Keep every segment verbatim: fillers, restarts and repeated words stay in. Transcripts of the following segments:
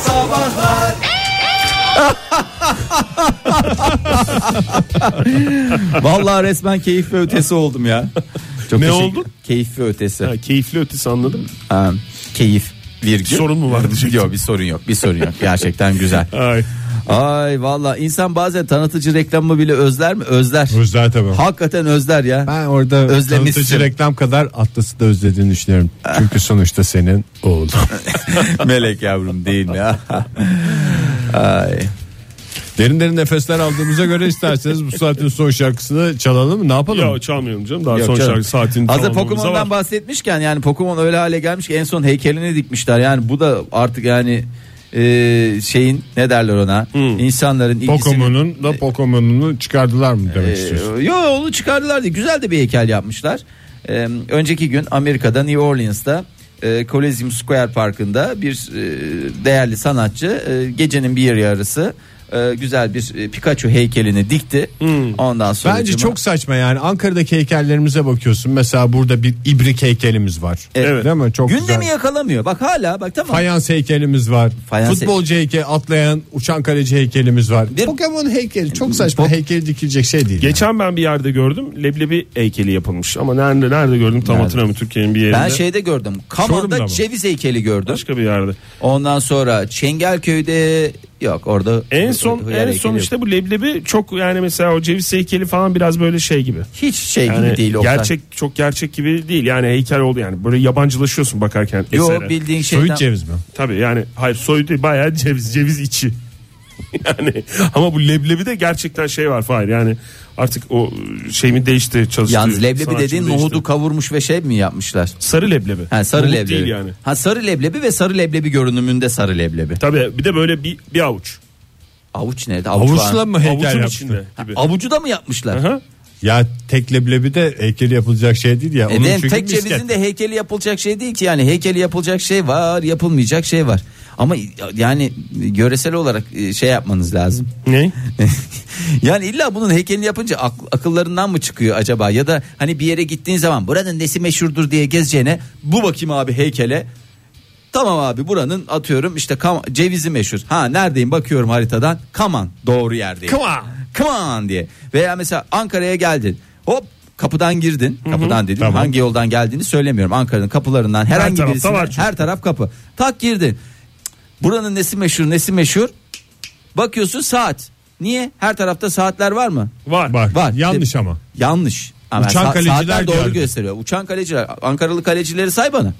Sabahlar Vallahi resmen keyif ve ötesi oldum ya. Çok Ne teşekkür- oldun? Keyif ve ötesi. Ha, keyifli ötesi anladım. Ha, keyif virgül. Sorun mu var diyecektim. Yok bir sorun yok. Bir sorun yok. Gerçekten güzel. Ay. Ay vallahi insan bazen tanıtıcı reklamı bile özler mi? Özler. Özler tabii. Hakikaten özler ya. Ben orada Özlemişsin. tanıtıcı reklam kadar Atlas'ı da özlediğini düşünüyorum. Çünkü sonuçta senin oğlun. Melek yavrum değil mi ya? Ay. Derin derin nefesler aldığımıza göre isterseniz bu saatin son şarkısını çalalım mı? Ne yapalım? Ya çalmayalım canım. Daha Yok son canım. şarkı saatini Hazır tamamlamamıza Pokemon'dan var. bahsetmişken yani Pokemon öyle hale gelmiş ki en son heykelini dikmişler. Yani bu da artık yani e, şeyin ne derler ona? Hmm. İnsanların ilgisini. Pokemon'un da Pokemon'unu çıkardılar mı demek istiyorsun? Ee, yo onu çıkardılar diye güzel de bir heykel yapmışlar. Ee, önceki gün Amerika'da New Orleans'ta e, Coliseum Square Parkı'nda bir e, değerli sanatçı e, gecenin bir yarısı e, güzel bir e, Pikachu heykelini dikti. Hmm. Ondan sonra Bence çok saçma yani. Ankara'daki heykellerimize bakıyorsun. Mesela burada bir ibrik heykelimiz var. Evet. Değil mi? Çok gündemi güzel. yakalamıyor. Bak hala bak tamam. Fayans heykelimiz var. Fayans Futbolcu heykeli, atlayan uçan kaleci heykelimiz var. Bir- Pokemon heykeli çok saçma. Pok- Heykeli dikilecek şey değil. Geçen ben bir yerde gördüm. Leblebi heykeli yapılmış. Ama nerede nerede gördüm tam Nerede? hatırlamıyorum, Türkiye'nin bir yerinde. Ben şeyde gördüm. Çorum'da Kaman'da mı? ceviz heykeli gördüm. Başka bir yerde. Ondan sonra Çengelköy'de yok orada. En son hıyar en heykeli son yok. işte bu leblebi çok yani mesela o ceviz heykeli falan biraz böyle şey gibi. hiç şey Yani gibi değil Oktay. gerçek çok gerçek gibi değil. Yani heykel oldu yani. Böyle yabancılaşıyorsun bakarken esere. Yok bildiğin şeyden. Soyut ceviz mi? Tabii yani hayır soyut değil, bayağı ceviz ceviz içi. Yani ama bu leblebi de gerçekten şey var Fahir yani artık o şey mi değişti çalıştığı. Yalnız leblebi sanatçı dediğin mı değişti? nohudu kavurmuş ve şey mi yapmışlar? Sarı leblebi. Ha sarı Nohut leblebi. değil yani. Ha sarı leblebi ve sarı leblebi görünümünde sarı leblebi. Tabii bir de böyle bir, bir avuç. Avuç nerede? Avuç Avuçla var. mı heykel Avucun yaptı? içinde gibi. Avucu da mı yapmışlar? Aha. Ya tek leblebi de heykeli yapılacak şey değil ya. E Onun ben çünkü tek misket. cevizin de heykeli yapılacak şey değil ki yani heykeli yapılacak şey var yapılmayacak şey var. Ama yani yöresel olarak şey yapmanız lazım. Ne? Yani illa bunun heykelini yapınca ak- akıllarından mı çıkıyor acaba ya da hani bir yere gittiğin zaman buranın nesi meşhurdur diye gezeceğine bu bakayım abi heykele. Tamam abi buranın atıyorum işte kam- cevizi meşhur. Ha neredeyim bakıyorum haritadan. Kaman doğru yerdeyim. Kaman. Kaman diye. Veya mesela Ankara'ya geldin. Hop kapıdan girdin. Kapıdan dedim Tamam. hangi yoldan geldiğini söylemiyorum. Ankara'nın kapılarından herhangi tarafta birisinden var çünkü. her taraf kapı. Tak girdin. Buranın nesi meşhur nesi meşhur. Bakıyorsun saat. Niye? Her tarafta saatler var mı? Var. Var. Var. Yanlış De- ama. Yanlış. Ama Uçan sa- kaleciler saatler doğru gördüm. gösteriyor. Uçan kaleciler. Ankaralı kalecileri say bana.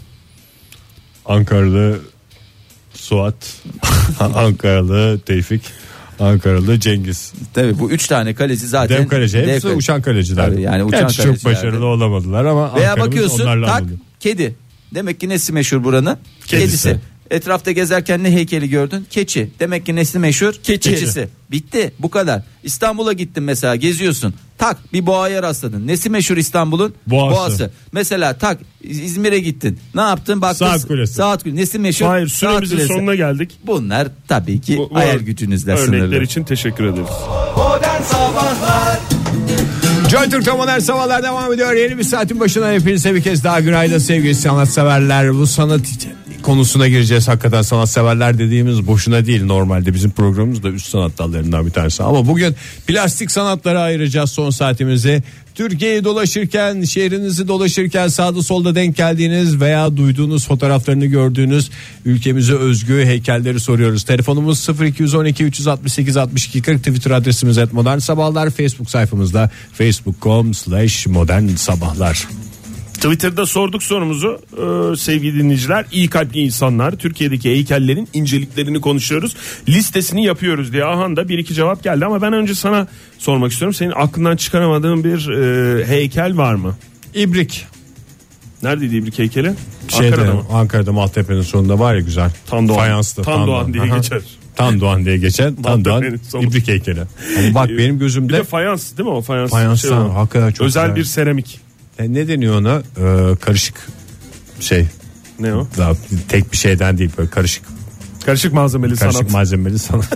Ankaralı Suat, Ankaralı Tevfik, Ankaralı Cengiz. Tabii bu üç tane kaleci zaten. Dev kaleci hepsi dev kaleci. uçan kaleciler. Tabii yani uçan Gerçi çok kaleciler. başarılı olamadılar ama Veya Ankara'mız bakıyorsun onlarla tak anılıyor. kedi. Demek ki nesi meşhur buranın? Kedisi. Etrafta gezerken ne heykeli gördün? Keçi. Demek ki nesi meşhur? Keçi. Keçisi. Bitti bu kadar. İstanbul'a gittin mesela geziyorsun. Tak bir boğaya rastladın. Nesi meşhur İstanbul'un? Boğası. Mesela tak İzmir'e gittin. Ne yaptın? Baktın, Saat Kulesi. Saat Kulesi. Nesi meşhur? Hayır Saat süremizin Kulesi. sonuna geldik. Bunlar tabii ki Bu- bu hayal ör- gücünüzle Örnekler sınırlı. için teşekkür ederiz. Modern Sabahlar Joy Türk'te modern sabahlar devam ediyor. Yeni bir saatin başına hepinize bir kez daha günaydın sevgili sanatseverler. Bu sanat konusuna gireceğiz. Hakikaten sanatseverler dediğimiz boşuna değil, normalde bizim programımız da üst sanat dallarından bir tanesi. Ama bugün plastik sanatlara ayıracağız son saatimizi. Türkiye'yi dolaşırken, şehrinizi dolaşırken sağda solda denk geldiğiniz veya duyduğunuz fotoğraflarını gördüğünüz ülkemize özgü heykelleri soruyoruz. Telefonumuz sıfır iki on iki üç altı sekiz altmış iki kırk, Twitter adresimiz et modern sabahlar, Facebook sayfamızda facebook nokta com slash modern sabahlar. Twitter'da sorduk sorumuzu ee, sevgili dinleyiciler. İyi kalpli insanlar, Türkiye'deki heykellerin inceliklerini konuşuyoruz. Listesini yapıyoruz diye. Aha da bir iki cevap geldi ama ben önce sana sormak istiyorum. Senin aklından çıkaramadığın bir e, heykel var mı? İbrik. Neredeydi İbrik heykeli? Şeyde, Ankara'da mı? Ankara'da Maltepe'nin sonunda var ya güzel. Tan Doğan. Fayanslı. Tan Doğan diye Aha. geçer. Tan Doğan diye geçen Tan Doğan Maltepe'nin sonu. İbrik heykeli. Hani bak benim Bir gözümde de fayans değil mi o fayans? Fayans, şey ha, olan. hakikaten çok Özel güzel. bir seramik. E, ne deniyor ona? Ee, karışık şey. Ne o? Daha tek bir şeyden değil, böyle karışık. Karışık malzemeli Karışık sanat. malzemeli sanat.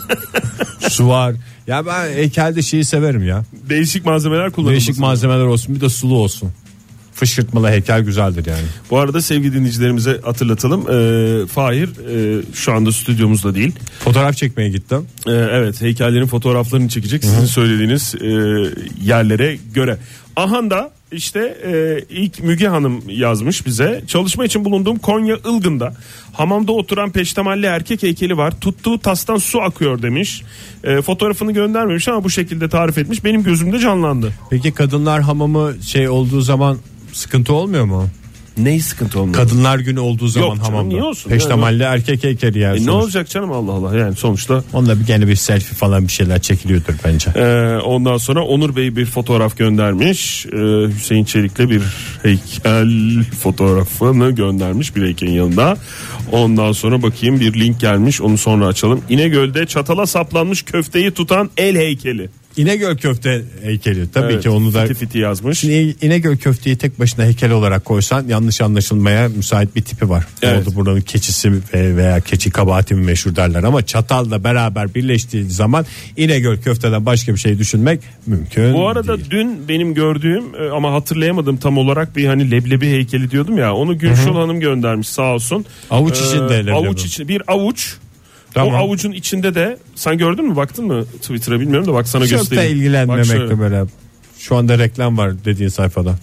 Su var. Ya ben heykelde şeyi severim ya. Değişik malzemeler kullanılması. Değişik malzemeler olsun, bir de sulu olsun. fışkırtmalı heykel güzeldir yani. Bu arada sevgili dinleyicilerimize hatırlatalım. Ee, Fahir e, şu anda stüdyomuzda değil. Fotoğraf çekmeye gittim. Ee, evet, heykellerin fotoğraflarını çekecek. Sizin Hı-hı. söylediğiniz e, yerlere göre. Ahanda işte e, ilk Müge Hanım yazmış bize. Çalışma için bulunduğum Konya Ilgın'da hamamda oturan peştemalli erkek heykeli var. Tuttuğu tastan su akıyor demiş. E, fotoğrafını göndermemiş ama bu şekilde tarif etmiş. Benim gözümde canlandı. Peki kadınlar hamamı şey olduğu zaman sıkıntı olmuyor mu? Neyi sıkıntı olmuyor? Kadınlar günü olduğu zaman Yok canım, hamamda. Niye olsun? Peştemalli yani, erkek heykeli yani. E ne olacak canım, Allah Allah, yani sonuçta. Onda bir gene bir selfie falan bir şeyler çekiliyordur bence. Ee, ondan sonra Onur Bey bir fotoğraf göndermiş. Ee, Hüseyin Çelik'le bir heykel fotoğrafını göndermiş bir heykelin yanında. Ondan sonra bakayım, bir link gelmiş, onu sonra açalım. İnegöl'de çatala saplanmış köfteyi tutan el heykeli. İnegöl köfte heykeli tabii evet, ki onu da fiti fiti yazmış. Şimdi İnegöl köfteyi tek başına heykel olarak koysan yanlış anlaşılmaya müsait bir tipi var. Evet. Oldu buranın keçisi veya keçi kabahati mi meşhur derler ama çatalla beraber birleştiği zaman İnegöl köfteden başka bir şey düşünmek mümkün. Bu arada değil. Dün benim gördüğüm ama hatırlayamadım tam olarak, bir hani leblebi heykeli diyordum ya, onu Gülşul Hanım göndermiş sağ olsun. Avuç ee, içinde leblebi. Avuç içinde bir avuç. Tamam. O avucun içinde de, sen gördün mü, baktın mı Twitter'a bilmiyorum da bak sana çok göstereyim. Çok da ilgilenmemekle böyle. Şu anda reklam var dediğin sayfada.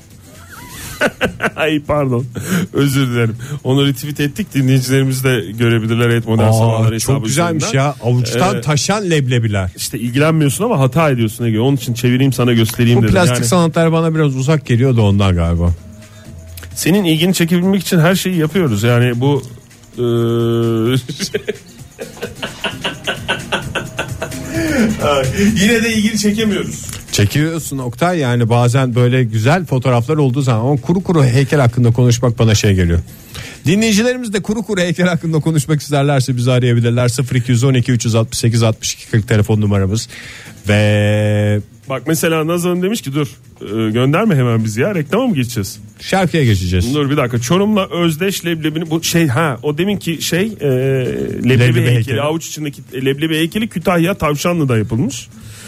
Ay pardon, özür dilerim. Onu retweet ettik, dinleyicilerimiz de görebilirler. Et Modern Sabahlar hesabı. Çok güzelmiş üzerinden. Ya avuçtan ee, taşan leblebiler. İşte ilgilenmiyorsun ama hata ediyorsun Ege. Onun için çevireyim sana göstereyim bu dedim. Bu plastik yani, sanatlar bana biraz uzak geliyor da ondan galiba. Senin ilgini çekebilmek için her şeyi yapıyoruz yani bu ee... yine de ilgili çekemiyoruz. Çekiyorsun Oktay, yani bazen böyle güzel fotoğraflar olduğu zaman ama kuru kuru heykel hakkında konuşmak bana şey geliyor. Dinleyicilerimiz de kuru kuru heykel hakkında konuşmak isterlerse bizi arayabilirler. sıfır iki on iki üç altı sekiz altmış iki kırk telefon numaramız. Ve bak mesela Nazan demiş ki dur e, gönderme hemen bizi ya, reklama mı geçeceğiz? Şarkıya geçeceğiz. Dur bir dakika, Çorum'la özdeş leblebini, bu şey ha o deminki şey e, leblebi, leblebi heykeli, heykeli avuç içindeki leblebi heykeli Kütahya Tavşanlı'da yapılmış.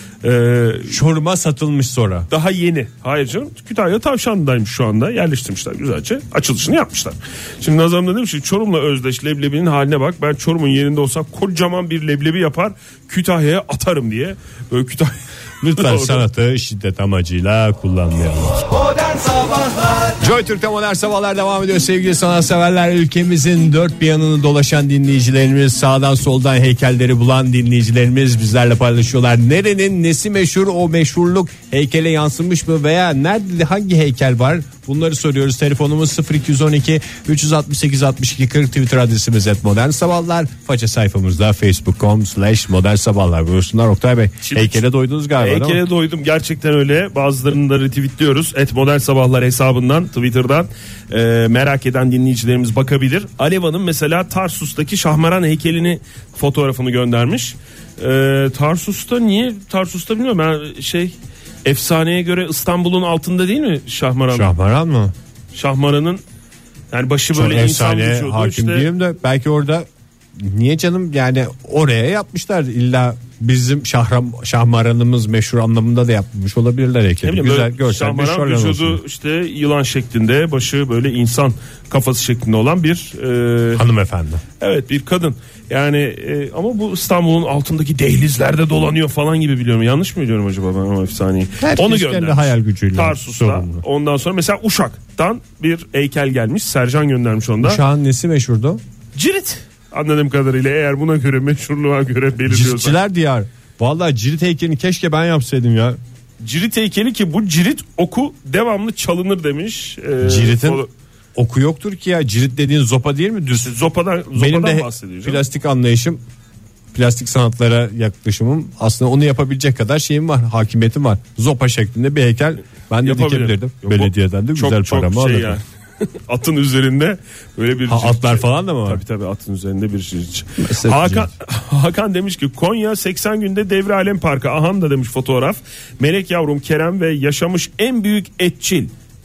Ee, Çorum'a satılmış sonra. Daha yeni. Hayır canım, Kütahya Tavşanlı'daymış şu anda, yerleştirmişler güzelce, açılışını yapmışlar. Şimdi Nazım da demiş ki Çorum'la özdeş leblebinin haline bak, ben Çorum'un yerinde olsam kocaman bir leblebi yapar Kütahya'ya atarım diye. Böyle Kütahya lütfen sanatı şiddet amacıyla kullanmayalım. Modern Sabahlar. Joy Türk'te Modern Sabahlar devam ediyor sevgili sanatseverler. Ülkemizin dört bir yanını dolaşan dinleyicilerimiz, sağdan soldan heykelleri bulan dinleyicilerimiz bizlerle paylaşıyorlar. Nerenin nesi meşhur, o meşhurluk heykele yansımış mı veya nerede hangi heykel var? Bunları soruyoruz. Telefonumuz sıfır iki on iki üç altı sekiz altmış iki kırk, Twitter adresimiz et Modern Sabahlar. Faça sayfamızda facebook nokta com slash modern sabahlar. Buyursunlar Oktay Bey. Şimdi, heykele doydunuz galiba. Heykele doydum gerçekten öyle. Bazılarını da retweetliyoruz. Et Modern Sabahlar hesabından, Twitter'dan. Ee, merak eden dinleyicilerimiz bakabilir. Alev Hanım mesela Tarsus'taki Şahmaran heykelini fotoğrafını göndermiş. Ee, Tarsus'ta niye? Tarsus'ta bilmiyorum ben, şey efsaneye göre İstanbul'un altında değil mi Şahmaran? Şahmaran mı? Şahmaran'ın yani başı çok böyle insan vücudu. Hakim işte. Diyeyim de belki orada niye canım, yani oraya yapmışlar, illa bizim şahram, Şahmaran'ımız meşhur anlamında da yapmış olabilirler heykeli. Güzel görsel bir Şahmaran vücudu olsun. İşte yılan şeklinde, başı böyle insan kafası şeklinde olan bir e, hanımefendi. Evet, bir kadın. Yani e, ama bu İstanbul'un altındaki dehlizlerde dolanıyor falan gibi biliyorum. Yanlış mı biliyorum acaba ben o efsaneyi? Herkes onu göndermiş. Hayal gücüyle. Tarsus'ta. Sorumlu. Ondan sonra mesela Uşak'tan bir heykel gelmiş. Sercan göndermiş onda. Uşak'ın nesi meşhurdu? Cirit. Anladığım kadarıyla, eğer buna göre, meşhurluğa göre belirliyorsa. Ciritçiler diyar. Vallahi cirit heykelini keşke ben yapsaydım ya. Cirit heykeli ki bu cirit oku devamlı çalınır demiş. Ee, Cirit'in o... oku yoktur ki ya. Cirit dediğin zopa değil mi? Düz. Zopadan, zopadan benim de bahsediyor. Plastik anlayışım, plastik sanatlara yaklaşımım aslında onu yapabilecek kadar şeyim var, hakimiyetim var. Zopa şeklinde bir heykel ben de dikebilirdim. Yok, belediyeden de güzel çok, paramı çok şey alırdım. Yani. Atın üzerinde böyle bir ha, atlar falan da mı var? Tabii tabii, atın üzerinde bir cirit. Hakan, Hakan demiş ki Konya seksen günde Devre Alem Parkı. Ahan da demiş fotoğraf. Melek yavrum Kerem ve yaşamış en büyük etçil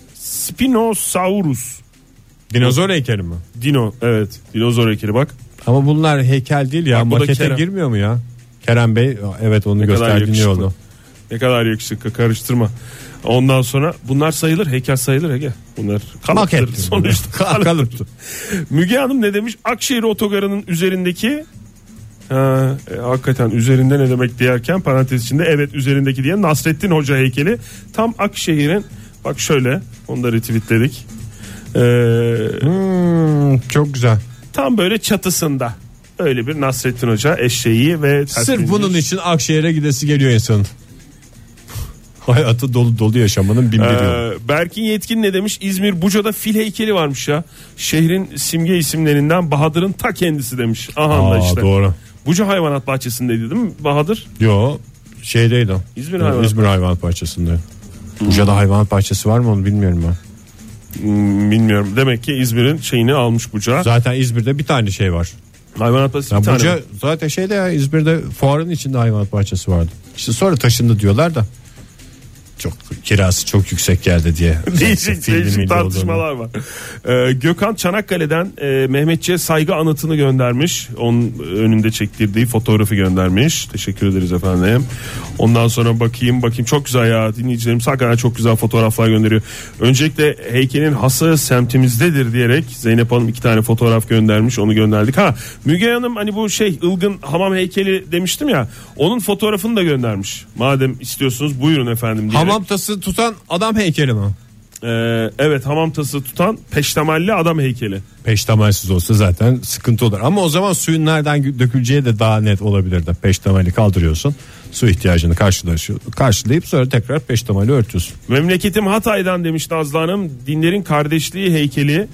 Spinosaurus. Dinozor heykeli mi? Dino, evet, dinozor heykeli bak. Ama bunlar heykel değil ya, bak, makete girmiyor mu ya? Kerem Bey evet onu gösterdiğini oldu. Ne kadar yakışıklı, karıştırma. Ondan sonra bunlar sayılır, heykel sayılır Ege. Bunlar kalıptır sonuçta. Kalıptır. Müge Hanım ne demiş? Akşehir otogarının üzerindeki ha, e, hakikaten üzerinde ne demek diyerken parantez içinde evet üzerindeki diye Nasrettin Hoca heykeli tam Akşehir'in, bak şöyle, onu da retweetledik. Ee, hmm, çok güzel. Tam böyle çatısında öyle bir Nasrettin Hoca eşeği ve sırf bunun için Akşehir'e gidesi geliyor insanın. Hayatı dolu dolu yaşamanın bin bir yolu. Ee, Berkin Yetkin ne demiş? İzmir Buca'da fil heykeli varmış ya. Şehrin simge isimlerinden Bahadır'ın ta kendisi demiş. Aha Aa, işte. Doğru. Buca Hayvanat Bahçesi'ndeydi değil mi Bahadır? Yo, şeydeydi o. İzmir yani Hayvanat, İzmir Hayvanat Bahçesi'nde. Hmm. Buca'da hayvanat bahçesi var mı onu bilmiyorum ben. Hmm, bilmiyorum. Demek ki İzmir'in şeyini almış Buca. Zaten İzmir'de bir tane şey var. Hayvanat bahçesi ya bir tane. Buca zaten şeyde ya, İzmir'de fuarın içinde hayvanat bahçesi vardı. İşte sonra taşındı diyorlar da. Çok kirası çok yüksek geldi diye. değişik değişik tartışmalar var. Ee, Gökhan Çanakkale'den e, Mehmetçiğe saygı anıtını göndermiş. Onun önünde çektirdiği fotoğrafı göndermiş. Teşekkür ederiz efendim. Ondan sonra bakayım bakayım çok güzel ya, dinleyicilerimiz hakikaten çok güzel fotoğraflar gönderiyor. Öncelikle heykelin hası semtimizdedir diyerek Zeynep Hanım iki tane fotoğraf göndermiş, onu gönderdik. Ha, Müge Hanım hani bu şey ılgın hamam heykeli demiştim ya, onun fotoğrafını da göndermiş. Madem istiyorsunuz buyurun efendim diyerek. Hamam tası tutan adam heykeli mi? Ee, evet, hamam tası tutan peştemalli adam heykeli. Peştemalsiz olsa zaten sıkıntı olur. Ama o zaman suyun nereden döküleceği de daha net olabilirdi. Peştemali kaldırıyorsun. Su ihtiyacını karşılayıp sonra tekrar peştemali örtüyorsun. Memleketim Hatay'dan demiş Nazlı Hanım. Dinlerin kardeşliği heykeli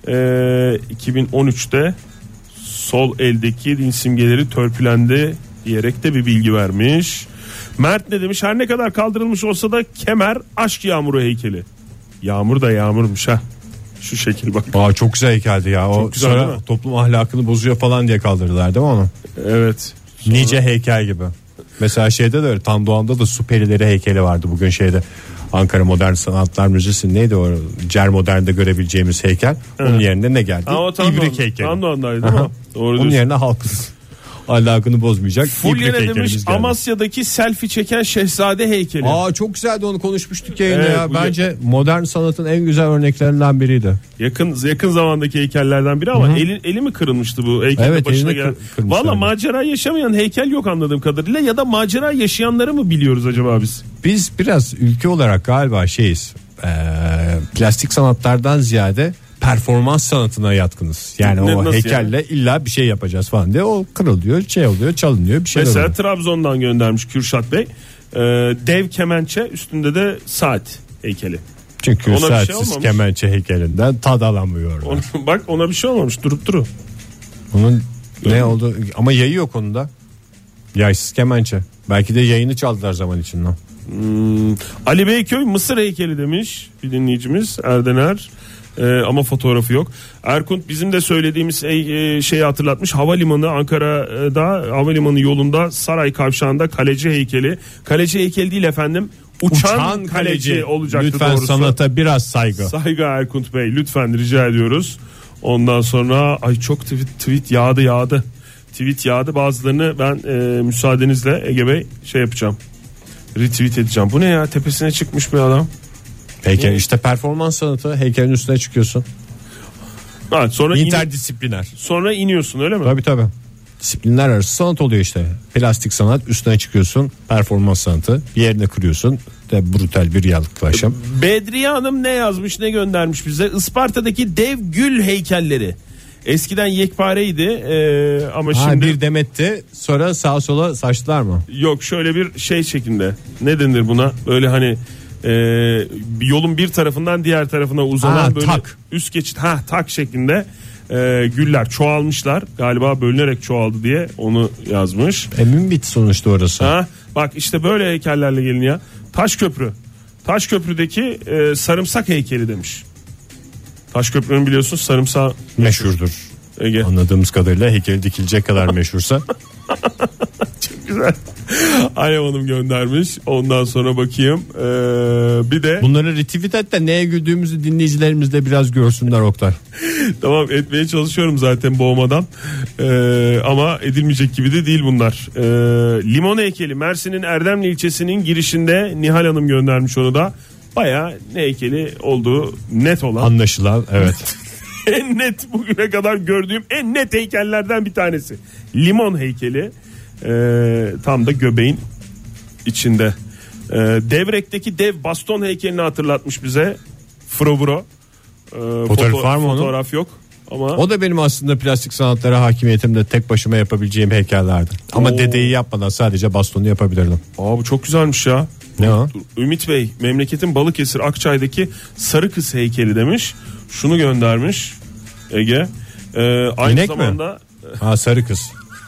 e, iki bin on üçte sol eldeki din simgeleri törpülendi diyerek de bir bilgi vermiş. Mert ne demiş? Her ne kadar kaldırılmış olsa da Kemer aşk yağmuru heykeli. Yağmur da yağmurmuş ha. Şu şekil bak. Aa, çok güzel heykeldi ya. O güzel, sonra toplum ahlakını bozuyor falan diye kaldırdılar değil mi onu? Evet. Sonra... Nice heykel gibi. Mesela şeyde de öyle, Tan Doğan'da da su perileri heykeli vardı bugün şeyde. Ankara Modern Sanatlar Müzesi neydi o? Cer Modern'de görebileceğimiz heykel. Evet. Onun yerine ne geldi? Aa, İbrik heykeli. Tan Doğan'daydı değil mi? Doğru. Onun yerine halkın ahlakını bozmayacak Fulya ne demiş? Amasya'daki selfie çeken şehzade heykeli. Aa, çok güzeldi, onu konuşmuştuk yayında evet, ya. Bence modern sanatın en güzel örneklerinden biriydi. Yakın yakın zamandaki heykellerden biri ama eli, eli mi kırılmıştı bu heykelin evet, başına gelen? Valla macera yaşamayan heykel yok anladığım kadarıyla, ya da macera yaşayanları mı biliyoruz acaba biz? Biz biraz ülke olarak galiba şeyiz. Ee, plastik sanatlardan ziyade performans sanatına yatkınız. Yani ne, o heykelle yani? İlla bir şey yapacağız falan diye o kırılıyor, şey oluyor, çalınıyor, bir şey oluyor. Mesela Trabzon'dan göndermiş Kürşat Bey. Ee, dev kemençe, üstünde de saat heykeli. Çünkü ona saatsiz şey kemençe heykelinden tad alamıyor. Ona, bak ona bir şey olmamış, durup duru. Onun ne Değil oldu? Mi? Ama yayı yok onun da. Yaysız kemençe. Belki de yayını çaldılar zaman içinden. Hmm. Ali Beyköy Mısır heykeli demiş bir dinleyicimiz Erdener. Ee, ama fotoğrafı yok. Erkunt bizim de söylediğimiz e, şeyi hatırlatmış. Havalimanı, Ankara'da havalimanı yolunda Saray Kavşağı'nda kaleci heykeli. Kaleci heykeli değil efendim. Uçan, Uçan kaleci, kaleci olacaktı lütfen doğrusu. Sanata biraz saygı. Saygı Erkunt Bey, lütfen rica ediyoruz. Ondan sonra ay çok tweet, tweet yağdı yağdı. Tweet yağdı, bazılarını ben e, müsaadenizle Ege Bey şey yapacağım. Retweet edeceğim. Bu ne ya, tepesine çıkmış bir adam. Heykel işte performans sanatı, heykelin üstüne çıkıyorsun. Ha, sonra interdisipliner. In, sonra iniyorsun öyle mi? Tabii tabii. Disiplinler arası sanat oluyor işte. Plastik sanat, üstüne çıkıyorsun. Performans sanatı, bir yerine kırıyorsun. De brutal bir yaklaşım. Bedriye Hanım ne yazmış, ne göndermiş bize? Isparta'daki dev gül heykelleri. Eskiden yekpareydi ee, ama ha, şimdi bir demetti, sonra sağa sola saçtılar mı? Yok, şöyle bir şey şeklinde. Ne denir buna? Böyle hani e, yolun bir tarafından diğer tarafına uzanan ha, böyle tak. Üst geçit ha tak şeklinde e, güller çoğalmışlar. Galiba bölünerek çoğaldı diye onu yazmış. Emin bit sonuçta orası. Ha, bak işte böyle heykellerle gelin ya. Taşköprü. Taşköprü'deki e, sarımsak heykeli demiş. Taşköprü'nün biliyorsun sarımsağı meşhurdur. Ege. Anladığımız kadarıyla heykeli dikilecek kadar meşhursa. Çok güzel. Alev Hanım göndermiş. Ondan sonra bakayım. Ee, bir de bunları retweet et de neye güldüğümüzü dinleyicilerimiz de biraz görsünler Oktay. Tamam, etmeye çalışıyorum zaten boğmadan. Ee, ama edilmeyecek gibi de değil bunlar. Ee, limon heykeli Mersin'in Erdemli ilçesinin girişinde, Nihal Hanım göndermiş onu da. Bayağı ne heykeli olduğu net olan. Anlaşılan, evet. En net, bugüne kadar gördüğüm en net heykellerden bir tanesi. Limon heykeli. Ee, tam da göbeğin içinde. Ee, Devrek'teki dev baston heykelini hatırlatmış bize Fro Bro. Ee, Fotoğraf foto- var mı onun? Fotoğraf yok. Ama o da benim aslında plastik sanatlara hakimiyetimde tek başıma yapabileceğim heykellerdi. Ama Oo. dedeyi yapmadan sadece bastonu yapabilirdim. Aa, bu çok güzelmiş ya. Ne o? Ümit Bey, memleketin Balıkesir Akçay'daki Sarı Kız heykeli demiş. Şunu göndermiş Ege. Ee, aynı İnek zamanda mi? Ha, sarı kız.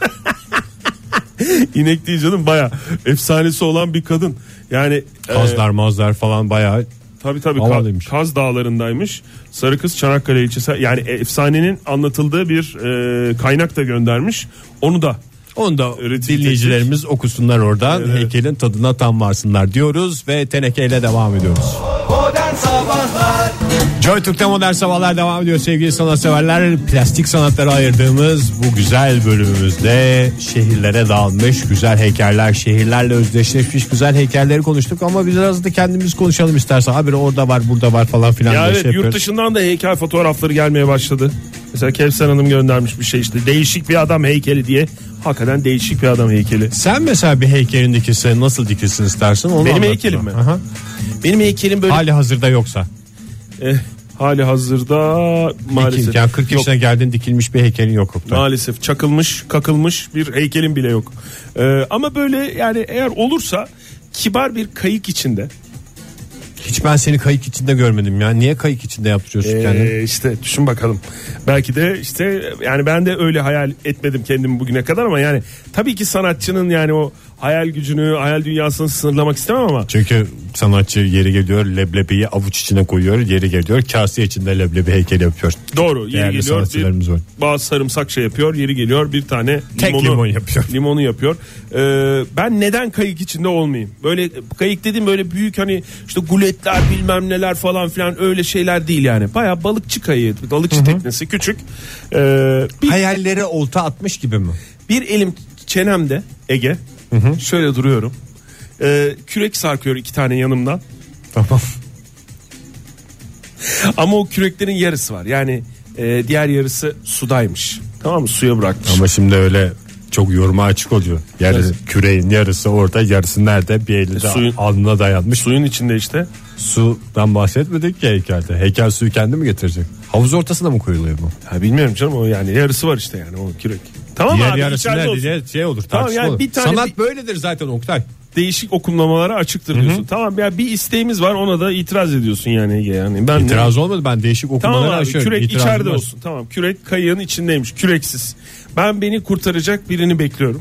İnek değil canım, baya efsanesi olan bir kadın. Yani Kazlar mazlar falan bayağı. Tabii tabii Havalıymış. Ka- Kaz Dağları'ndaymış. Sarı Kız Çanakkale ilçesi, yani efsanenin anlatıldığı bir e, kaynak da göndermiş. Onu da Onu da Retweet dinleyicilerimiz okusunlar oradan. Evet. Heykelin tadına tam varsınlar diyoruz ve tenekeyle devam ediyoruz. Modern Sabahlar. Joy Türk'te modern sabahlar devam ediyor sevgili sanatseverler. Plastik sanatlara ayırdığımız bu güzel bölümümüzde şehirlere dağılmış güzel heykeller, şehirlerle özdeşleşmiş güzel heykelleri konuştuk ama biraz da kendimiz konuşalım istersen. Abi orada var, burada var falan filan. ya diye evet, şey yurt yapıyoruz. dışından da heykel fotoğrafları gelmeye başladı. Mesela Kevser Hanım göndermiş bir şey, işte değişik bir adam heykeli diye. Hakikaten değişik bir adam heykeli. Sen mesela bir heykelin dikilse nasıl dikilsin istersin? Onu Benim anlat heykelim bana. mi? Aha. Benim heykelim böyle Hali hazırda yoksa. eh, hali hazırda maalesef. Dikil, yani kırk Yok. yaşına geldin, dikilmiş bir heykelin yok. Oktay. Maalesef çakılmış, kakılmış bir heykelim bile yok. Ee, ama böyle, yani eğer olursa kibar bir kayık içinde. Hiç ben seni kayık içinde görmedim ya. Niye kayık içinde yaptırıyorsun kendini? Ee, işte düşün bakalım. Belki de işte, yani ben de öyle hayal etmedim kendimi bugüne kadar ama yani tabii ki sanatçının yani o hayal gücünü, hayal dünyasını sınırlamak istemem ama. Çünkü sanatçı yeri geliyor leblebiyi avuç içine koyuyor, yeri geliyor kase içinde leblebi heykeli yapıyor. Doğru, yeri Değerli geliyor sanatçılarımız var. bir, bazı sarımsak şey yapıyor, yeri geliyor bir tane Tek limonu, limon yapıyor. Limonu yapıyor. Ee, ben neden kayık içinde olmayayım? Böyle kayık dediğim böyle büyük, hani işte guletler bilmem neler falan filan, öyle şeyler değil yani. Baya balıkçı kayığı, balıkçı Hı-hı. teknesi, küçük. Ee, bir, Hayallere olta atmış gibi mi? bir elim çenemde Ege. Hı-hı. Şöyle duruyorum. Ee, kürek sarkıyor iki tane yanımdan. Tamam. Ama o küreklerin yarısı var. Yani e, diğer yarısı sudaymış. Tamam mı? Suya bırakmış. Ama şimdi öyle çok yoruma açık oluyor. Yani Nasıl? küreğin yarısı orada, yarısı nerede? Bir eli de E, suyun- alnına dayanmış. Suyun içinde işte. Sudan bahsetmedik ki heykelde. Heykel suyu kendi mi getirecek? Havuz ortasına mı koyuluyor bu? Ha, bilmiyorum canım, o yani yarısı var işte, yani o kürek. Tamam Diğer abi, yarısı içeride nerede olsun. diye şey olur, Tamam, tartışma yani olur. bir tane Sanat bir- böyledir zaten Oktay. Değişik okumlamalara açıktır diyorsun. Tamam ya, bir isteğimiz var, ona da itiraz ediyorsun yani Ege, yani. Ben İtiraz olmadı, ben değişik okumaları Tamam abi, aşıyorum. kürek İtirazım içeride var. olsun. Tamam, kürek kayığın içindeymiş, küreksiz. Ben beni kurtaracak birini bekliyorum.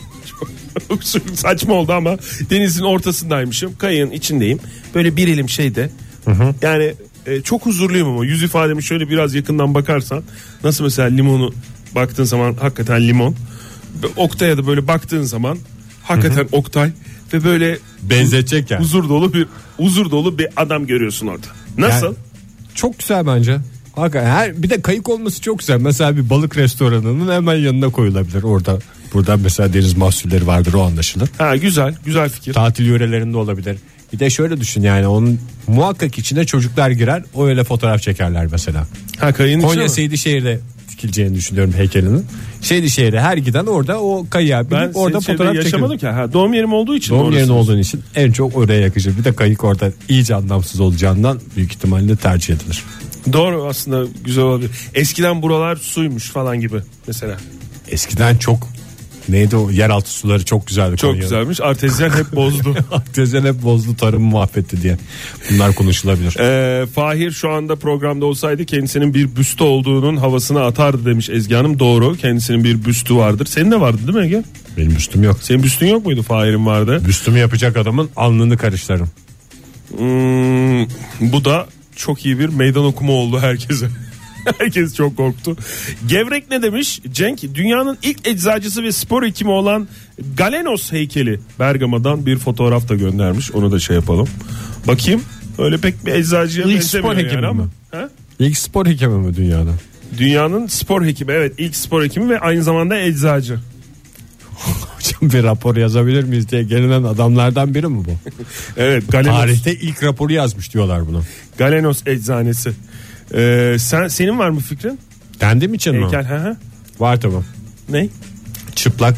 Çok saçma oldu ama denizin ortasındaymışım, kayığın içindeyim. Böyle bir elim şeyde. Yani e, çok huzurluyum ama yüz ifademi şöyle biraz yakından bakarsan, nasıl mesela limonu baktığın zaman hakikaten limon. Oktay'a da böyle baktığın zaman hakikaten Oktay ve böyle Benzetecek yani. huzur dolu bir huzur dolu bir adam görüyorsun orada. Nasıl? Yani çok güzel bence. Hakikaten her, bir de kayık olması çok güzel. Mesela bir balık restoranının hemen yanına koyulabilir orada. Burada mesela deniz mahsulleri vardır, o anlaşılır. Ha, güzel, güzel fikir. Tatil yörelerinde olabilir. Bir de şöyle düşün, yani onun muhakkak içine çocuklar girer, o öyle fotoğraf çekerler mesela. Ha, kayığın içine Konya mi? Seydişehir'de dikileceğini düşünüyorum heykelinin. Seydişehir'e her giden orada o kayığa Ben binip orada fotoğraf yaşamadım çekiyor. ki. Ha, doğum yerim olduğu için. Doğum mi yerine orası? olduğun için en çok oraya yakışır. Bir de kayık orada iyice anlamsız olacağından büyük ihtimalle tercih edilir. Doğru, aslında güzel olabilir. Eskiden buralar suymuş falan gibi mesela. Eskiden çok neydi o, yeraltı suları çok güzeldi. Çok Konya'da. güzelmiş. Artezyen hep bozdu. Artezyen hep bozdu, tarımı mahvetti diye. Bunlar konuşulabilir. Ee, Fahir şu anda programda olsaydı kendisinin bir büstü olduğunun havasını atardı demiş Ezgi Hanım. Doğru, kendisinin bir büstü vardır. Senin de vardı değil mi Ege? Benim büstüm yok. Senin büstün yok muydu? Fahir'in vardı. Büstümü yapacak adamın alnını karıştırırım. Hmm, bu da çok iyi bir meydan okuma oldu herkese. Herkes çok korktu. Gevrek ne demiş? Cenk, dünyanın ilk eczacısı ve spor hekimi olan Galenos heykeli Bergama'dan bir fotoğraf da göndermiş. Onu da şey yapalım. Bakayım. Öyle pek bir eczacıya İlk benzemiyor spor hekimi yani ama. mi? Ha? İlk spor hekimi mi dünyada? Dünyanın spor hekimi, evet, ilk spor hekimi ve aynı zamanda eczacı. Hocam bir rapor yazabilir miyiz diye gelinen adamlardan biri mi bu? Evet, Galenos. Tarihte ilk raporu yazmış diyorlar buna. Galenos eczanesi. Ee, sen senin var mı fikrin? Kendim için mi? Heykel, hı hı. Var tamam. Ne? Çıplak.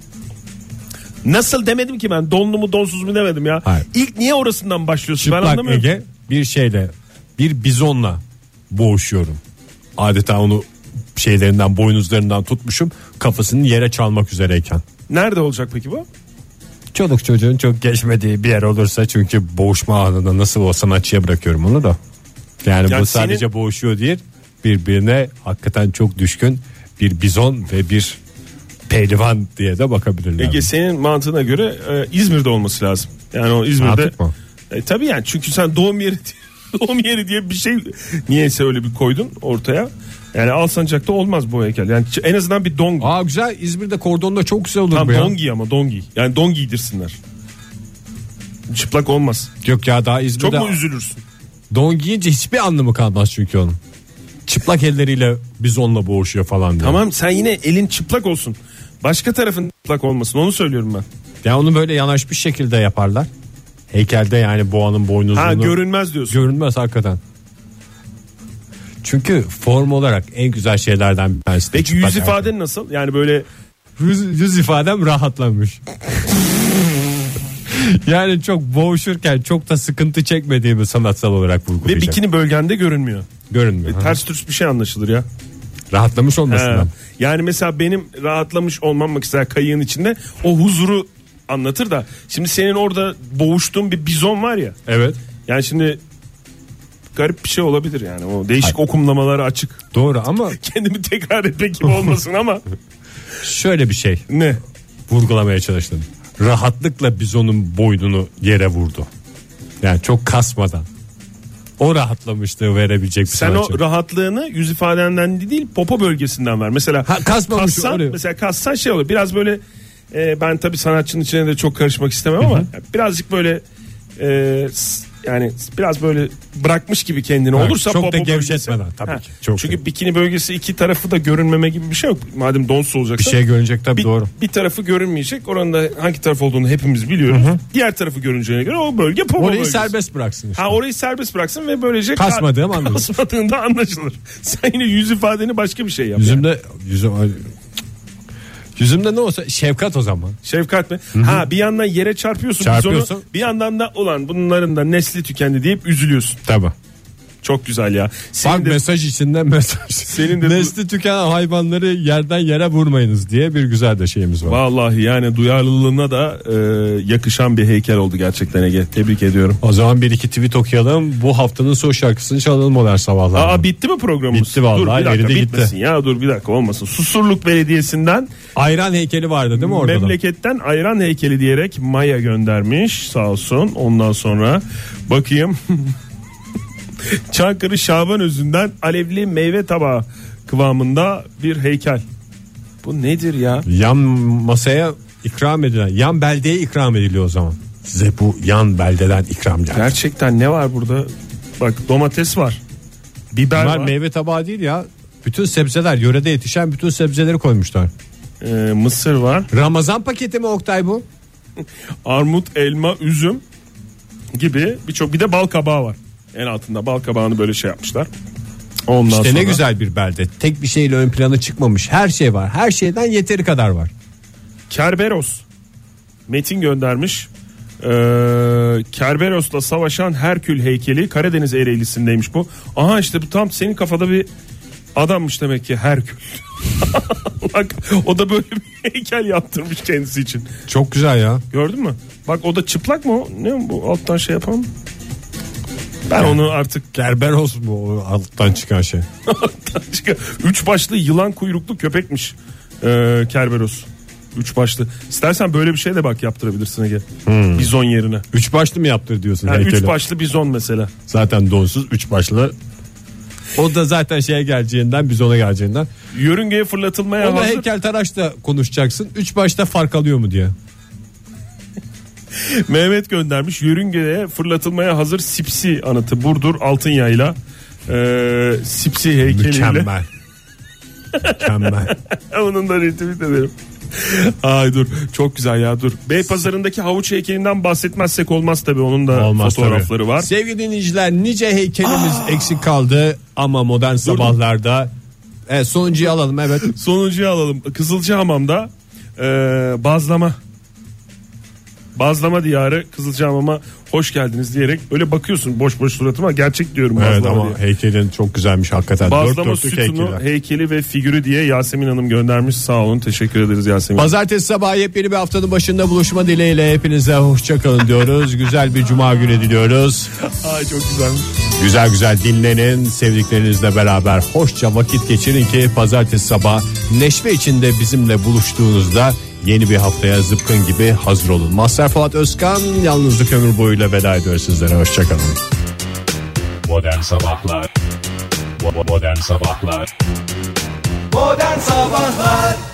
Nasıl demedim ki ben, donlu mu donsuz mu demedim ya. Hayır. İlk niye orasından başlıyorsun ben Çıplak anlamıyorum. Ege bir şeyle, bir bizonla boğuşuyorum. Adeta onu şeylerinden, boynuzlarından tutmuşum, kafasını yere çalmak üzereyken. Nerede olacak peki bu? Çoluk çocuğun çok geçmediği bir yer olursa, çünkü boğuşma anında nasıl o sanatçıya bırakıyorum onu da. Yani, Yani bu sadece senin... boğuşuyor değil, birbirine hakikaten çok düşkün bir bizon ve bir pehlivan diye de bakabilirler. Ege, senin mantığına göre e, İzmir'de olması lazım. Yani o İzmir'de. Artık mı? E, tabii yani, çünkü sen doğum yeri doğum yeri diye bir şey niyeyse öyle bir koydun ortaya. Yani Alsancak'ta olmaz bu heykel. Yani en azından bir dongi. Aa güzel, İzmir'de kordonda çok güzel olur Tam bu ya. dongi ama dongi. Yani don giydirsinler. Çıplak olmaz. Yok ya, daha İzmir'de Çok mu üzülürsün? don giyince hiçbir anlamı kalmaz çünkü onun. Çıplak elleriyle bizonla boğuşuyor falan diye. Tamam, sen yine elin çıplak olsun. Başka tarafın çıplak olmasın, onu söylüyorum ben. Ya onu böyle yanaşmış şekilde yaparlar. Heykelde yani boğanın boynuzunu. Ha, görünmez diyorsun. Görünmez hakikaten. Çünkü form olarak en güzel şeylerden bir tanesi. Peki yüz ifaden nasıl? Yani böyle yüz, yüz ifadem rahatlamış. Yani çok boğuşurken çok da sıkıntı çekmediğimi sanatsal olarak ve vurgulayacağım. bikini bölgende görünmüyor. Görünmüyor. E, ters düz bir şey anlaşılır ya. Rahatlamış olmasından. He. Yani mesela benim rahatlamış olmam mesela kayığın içinde o huzuru anlatır da, şimdi senin orada boğuştuğun bir bizon var ya. Evet. Yani şimdi garip bir şey olabilir yani, o değişik Hayır. okumlamaları açık. Doğru ama kendimi tekrar etmek gibi olmasın ama şöyle bir şey. Ne? Vurgulamaya çalıştım. Rahatlıkla bizonun boynunu yere vurdu. Yani çok kasmadan. O rahatlamışlığı verebilecek bir Sen sanatçı. o rahatlığını yüz ifadenden değil, popo bölgesinden ver. Mesela ha, kasmamış kassan, oluyor. mesela kassan şey olur. Biraz böyle e, ben tabii sanatçının içine de çok karışmak istemem ama yani birazcık böyle e, yani biraz böyle bırakmış gibi kendini Evet, olursa çok da popo gevşetmeden bölgesi. tabii Ha, ki. Çok çünkü da. bikini bölgesi iki tarafı da görünmeme gibi bir şey yok. Madem donsuz olacaksa. Bir şey görünecek tabii, bir, doğru. Bir tarafı görünmeyecek. Oranın da hangi taraf olduğunu hepimiz biliyoruz. Hı hı. Diğer tarafı görüneceğine göre o bölge popo Orayı bölgesi. serbest bıraksın işte. Ha, orayı serbest bıraksın ve böylece kasmadığım ka- anlaşılır. kasmadığında anlaşılır. Sen yine yüz ifadeni başka bir şey yap. Yüzümde yani. yüzüm, yüzümde ne olsa şefkat o zaman. Şefkat mi? Hı-hı. Ha, bir yandan yere çarpıyorsun, Çarpıyorsun. Onu, bir yandan da ulan bunların da nesli tükendi deyip üzülüyorsun. Tabii. Çok güzel ya. Senin Bak de, mesaj içinde mesaj. Senin de nesli tükenen hayvanları yerden yere vurmayınız diye bir güzel de şeyimiz var. Vallahi yani duyarlılığına da e, yakışan bir heykel oldu gerçekten Ege. Tebrik ediyorum. O zaman bir iki tweet okuyalım. Bu haftanın son şarkısını çalalım modern sabahlarda. Aa, bitti mi programımız? Bitti vallahi. Dur bir dakika, eridi bitmesin gitti. ya, dur bir dakika, olmasın. Susurluk Belediyesi'nden Ayran heykeli vardı değil mi orada? memleketten ayran heykeli diyerek Maya göndermiş sağ olsun. Ondan sonra bakayım. Çankırı Şaban Özü'nden alevli meyve tabağı kıvamında bir heykel. Bu nedir ya? Yan masaya ikram edilen, yan beldeye ikram ediliyor o zaman. Size bu yan beldeden ikram geldi. Gerçekten ne var burada? Bak, domates var. Biber Bunlar var. meyve tabağı değil ya. Bütün sebzeler, yörede yetişen bütün sebzeleri koymuşlar. Ee, mısır var. Ramazan paketi mi Oktay bu? Armut, elma, üzüm gibi birçok, bir de bal kabağı var. En altında bal kabağını böyle şey yapmışlar. Ondan işte sonra... ne güzel bir belde. Tek bir şeyle ön plana çıkmamış. Her şey var. Her şeyden yeteri kadar var. Kerberos. Metin göndermiş. Ee, Kerberos'la savaşan Herkül heykeli Karadeniz Ereğlisi'ndeymiş bu. Aha, işte bu tam senin kafada bir adammış demek ki Herkül. Bak, o da böyle bir heykel yaptırmış kendisi için. Çok güzel ya. Gördün mü? Bak, o da çıplak mı? Ne bu, alttan şey yapan? Ben onu artık Kerberos mu o alttan çıkan şey? Üç başlı yılan kuyruklu köpekmiş ee, Kerberos. Üç başlı. İstersen böyle bir şey de bak yaptırabilirsin Ege. Hmm. Bizon yerine. Üç başlı mı yaptır diyorsun Yani heykeli? üç başlı bizon mesela. Zaten donsuz üç başlı. O da zaten şeye geleceğinden, biz ona geleceğinden. Yörüngeye fırlatılmaya Ona hazır. heykeltıraşla konuşacaksın. Üç başta fark alıyor mu diye. Mehmet göndermiş. Yörüngeye fırlatılmaya hazır Sipsi anıtı. Burdur Altınyayla ee, Sipsi heykeliyle. Mükemmel. Mükemmel. Onun da retweet ederim. Ay dur, çok güzel ya, dur. Beypazarı'ndaki havuç heykelinden bahsetmezsek olmaz tabii, onun da Olmaz fotoğrafları tabii. var. Sevgili dinleyiciler, nice heykelimiz Aa! eksik kaldı ama modern sabahlarda. Evet, sonuncuyu alalım, evet. Sonuncuyu alalım. Kızılcahamam'da ee, bazlama. Bazlama diyarı Kızılcahamam'a hoş geldiniz diyerek öyle bakıyorsun boş boş suratıma, gerçek diyorum bazlama evet, ama diye. heykelin çok güzelmiş hakikaten. Bazlama sütunu, heykeli ve figürü diye Yasemin Hanım göndermiş, sağ olun, teşekkür ederiz Yasemin. Pazartesi sabahı yepyeni bir haftanın başında buluşma dileğiyle hepinize hoşçakalın diyoruz. Güzel bir cuma günü diliyoruz. Ay çok güzelmiş. Güzel güzel dinlenin, sevdiklerinizle beraber hoşça vakit geçirin ki pazartesi sabah neşve içinde bizimle buluştuğunuzda yeni bir haftaya zıpkın gibi hazır olun. Mazhar Fuat Özkan yalnızlık ömür boyuyla veda ediyor sizlere. Hoşçakalın. Modern Sabahlar Modern Sabahlar Modern Sabahlar